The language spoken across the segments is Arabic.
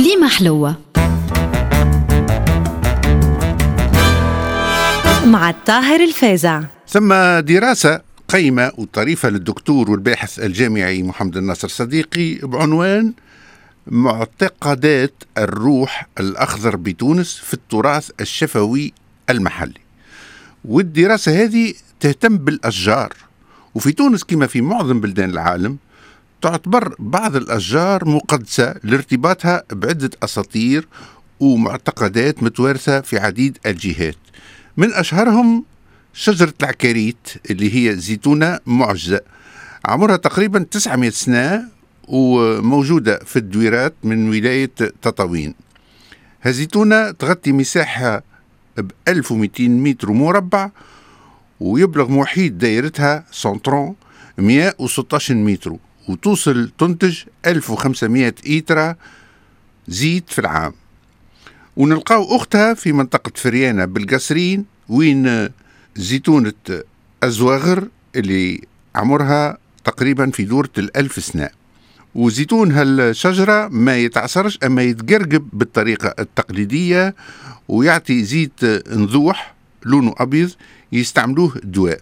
كليمة حلوة مع الطاهر الفازع. ثم دراسة قيمة وطريفة للدكتور والباحث الجامعي محمد الناصر صديقي بعنوان معتقدات الروح الأخضر بتونس في التراث الشفوي المحلي. والدراسة هذه تهتم بالأشجار، وفي تونس كما في معظم بلدان العالم تعتبر بعض الأشجار مقدسة لارتباطها بعدة أساطير ومعتقدات متوارثة في عديد الجهات. من أشهرهم شجرة العكاريت اللي هي زيتونة معجزة عمرها تقريبا 900 سنة وموجودة في الدويرات من ولاية تطاوين. هالزيتونة تغطي مساحة ب 1200 متر مربع ويبلغ محيط دائرتها سنترون 116 متر، وتوصل تنتج 1500 إيترا زيت في العام. ونلقاو أختها في منطقة فريانة بالقصرين وين زيتونة أزواغر اللي عمرها تقريبا في دورة 1000 سنة. وزيتون هالشجرة ما يتعصرش أما يتقرقب بالطريقة التقليدية ويعطي زيت نذوح لونه أبيض يستعملوه دواء.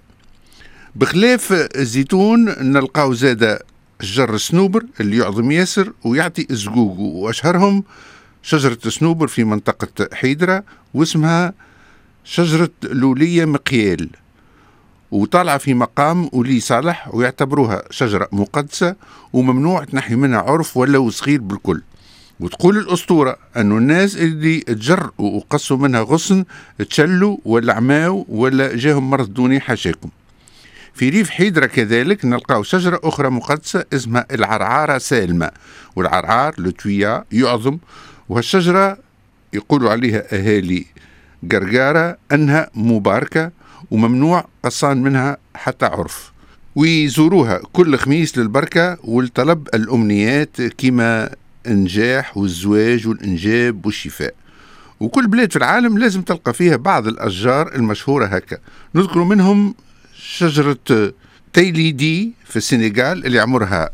بخلاف الزيتون نلقاو زادة شجر السنوبر اللي يعظم ياسر ويعطي الزقوق، وأشهرهم شجرة السنوبر في منطقة حيدرة واسمها شجرة لولية مقيال، وطالعة في مقام ولي صالح ويعتبروها شجرة مقدسة وممنوع تنحي منها عرف ولا صغير بالكل. وتقول الأسطورة أنه الناس اللي تجرؤوا وقصوا منها غصن تشلوا ولا عماو ولا جاهم مرض دوني حاشاكم. في ريف حيدرة كذلك نلقاو شجرة أخرى مقدسة اسمها العرعارة سالمة، والعرعار لتويا يعظم، وهالشجرة يقولوا عليها أهالي قرقارة أنها مباركة وممنوع قصان منها حتى عرف، ويزوروها كل خميس للبركة والطلب الأمنيات كما النجاح والزواج والإنجاب والشفاء. وكل بلاد في العالم لازم تلقى فيها بعض الأشجار المشهورة هكا. نذكر منهم شجرة تيليدي في السنغال اللي عمرها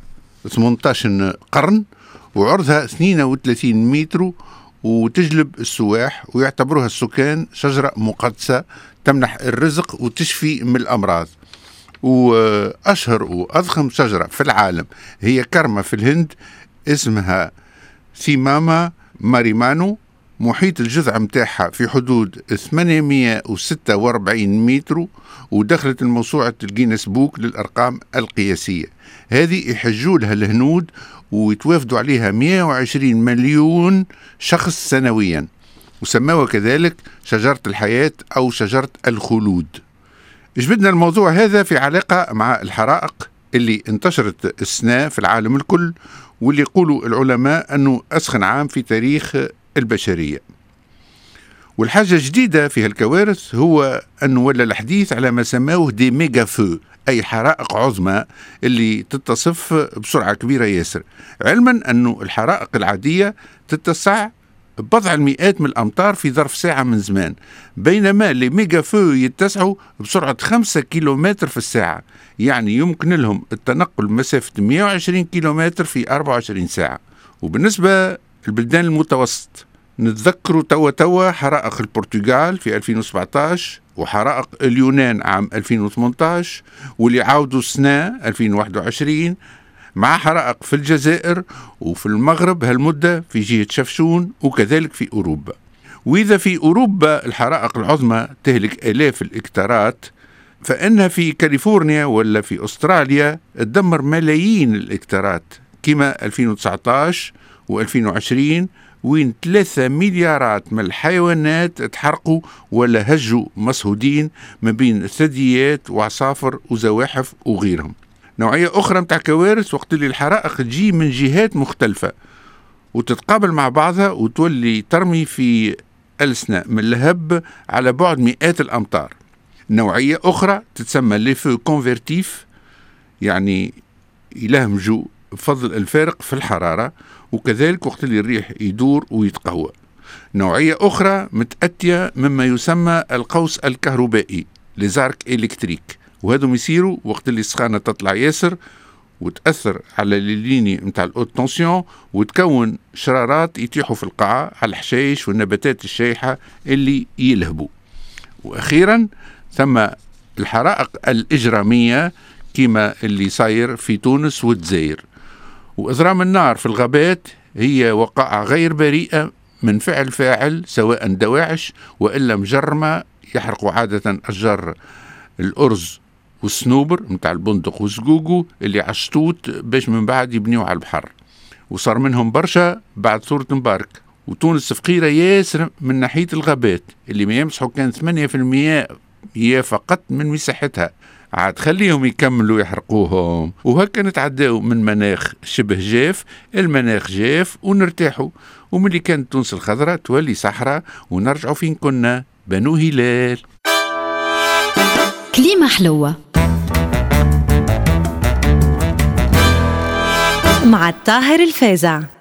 18 قرن وعرضها 32 متر وتجلب السواح، ويعتبروها السكان شجرة مقدسة تمنح الرزق وتشفي من الأمراض. وأشهر وأضخم شجرة في العالم هي كرمة في الهند اسمها ثيماما ماريمانو، محيط الجذع متاعها في حدود 846 متر ودخلت الموسوعة الجينيس بوك للأرقام القياسية. هذه يحجوا لها الهنود ويتوافدوا عليها 120 مليون شخص سنويا، وسموها كذلك شجرة الحياة أو شجرة الخلود. جبدنا الموضوع هذا في علاقة مع الحرائق اللي انتشرت السنة في العالم الكل، واللي يقولوا العلماء أنه أسخن عام في تاريخ البشرية. والحاجة جديدة في هالكوارث هو أنه ولا الحديث على ما سموه دي ميجا فو، أي حرائق عظمى اللي تتصف بسرعة كبيرة ياسر، علما أنه الحرائق العادية تتسع بضع المئات من الأمتار في ظرف ساعة من زمان، بينما اللي ميجا فو يتسعوا بسرعة 5 كيلومتر في الساعة، يعني يمكن لهم التنقل مسافة 120 كيلومتر في 24 ساعة. وبالنسبة للبلدان المتوسط نتذكروا توا حرائق البرتغال في 2017 وحرائق اليونان عام 2018 واللي عاودوا السنة 2021 مع حرائق في الجزائر وفي المغرب هالمدة في جهة شفشون وكذلك في أوروبا. وإذا في أوروبا الحرائق العظمى تهلك آلاف الإكتارات، فإنها في كاليفورنيا ولا في أستراليا تدمر ملايين الإكتارات كما 2019 و2020 وين 3 مليارات من الحيوانات تحرقوا ولا هجوا مصهودين ما بين الثدييات وعصافر وزواحف وغيرهم. نوعية أخرى متاع كوارث وقت اللي الحرائق تجي من جهات مختلفة وتتقابل مع بعضها وتولي ترمي في ألسنة من اللهب على بعد مئات الأمتار. نوعية أخرى تتسمى ليفو كونفرتيف، يعني يلهمجوا بفضل الفارق في الحرارة، وكذلك وقت اللي الريح يدور ويتقوى. نوعية أخرى متأتية مما يسمى القوس الكهربائي لزارك إلكتريك، وهذا يصيروا وقت اللي السخانة تطلع ياسر وتأثر على الليني متاع الأوت تونسيون وتكون شرارات يتيحوا في القاعة على الحشائش والنباتات الشايحة اللي يلهبوا. وأخيرا ثم الحرائق الإجرامية كما اللي صاير في تونس والجزائر. وإضرام النار في الغابات هي وقائع غير بريئة من فعل فاعل، سواء دواعش وإلا مجرمة يحرقوا عادة أشجار الأرز والصنوبر متاع البندق والزقوقو اللي عشتوت باش من بعد يبنيوا على البحر، وصار منهم برشا بعد ثورة مبارك. وتونس فقيرة ياسر من ناحية الغابات اللي ما يمسحوا كان 8% هي فقط من مساحتها، عاد خليهم يكملوا يحرقوهم. وهكا نتعداو من مناخ شبه جاف المناخ جاف ونرتاحوا، وملي كانت تونس الخضراء تولي صحراء ونرجعوا فين كنا بنو هلال. كليمة حلوة مع الطاهر الفازع.